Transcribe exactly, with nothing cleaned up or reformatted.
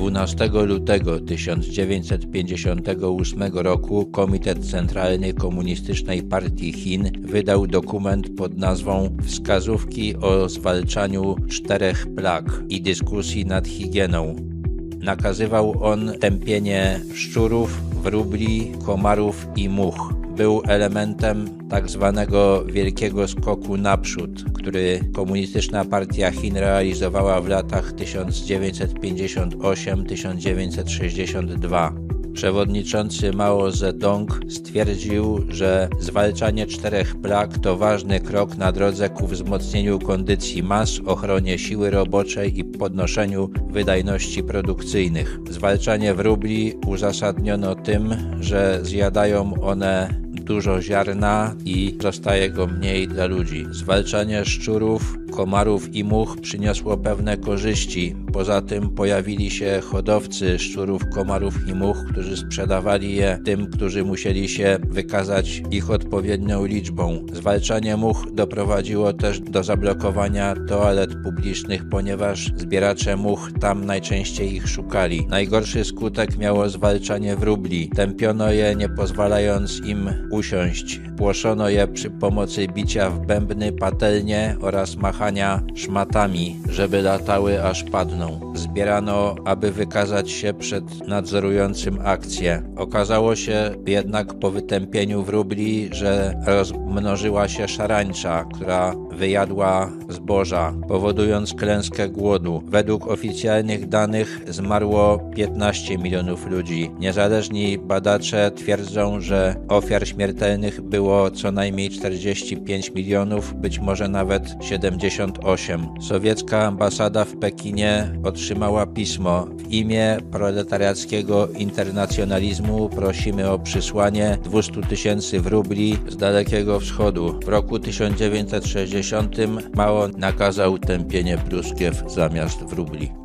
dwunastego lutego tysiąc dziewięćset pięćdziesiątego ósmego roku Komitet Centralny Komunistycznej Partii Chin wydał dokument pod nazwą Wskazówki o zwalczaniu czterech plag i dyskusji nad higieną. Nakazywał on tępienie szczurów, wróbli, komarów i much. Był elementem tak zwanego wielkiego skoku naprzód, który Komunistyczna Partia Chin realizowała w latach tysiąc dziewięćset pięćdziesiąt osiem do tysiąc dziewięćset sześćdziesiąt dwa. Przewodniczący Mao Zedong stwierdził, że zwalczanie czterech plag to ważny krok na drodze ku wzmocnieniu kondycji mas, ochronie siły roboczej i podnoszeniu wydajności produkcyjnych. Zwalczanie wróbli uzasadniono tym, że zjadają one dużo ziarna i zostaje go mniej dla ludzi. Zwalczanie szczurów, komarów i much przyniosło pewne korzyści. Poza tym pojawili się hodowcy szczurów, komarów i much, którzy sprzedawali je tym, którzy musieli się wykazać ich odpowiednią liczbą. Zwalczanie much doprowadziło też do zablokowania toalet publicznych, ponieważ zbieracze much tam najczęściej ich szukali. Najgorszy skutek miało zwalczanie wróbli. Tępiono je, nie pozwalając im usiąść. Płoszono je przy pomocy bicia w bębny, patelnie oraz machania szmatami, żeby latały aż padną. Zbierano, aby wykazać się przed nadzorującym akcję. Okazało się jednak po wytępieniu wróbli, że rozmnożyła się szarańcza, która wyjadła zboża, powodując klęskę głodu. Według oficjalnych danych zmarło piętnaście milionów ludzi. Niezależni badacze twierdzą, że ofiar śmiertelnych było co najmniej czterdzieści pięć milionów, być może nawet siedemdziesiąt osiem. Sowiecka ambasada w Pekinie otrzymała pismo: w imię proletariackiego internacjonalizmu prosimy o przysłanie dwieście tysięcy wróbli z Dalekiego Wschodu. W roku tysiąc dziewięćset sześćdziesiątym Mao nakazał tępienie pluskiew zamiast wróbli.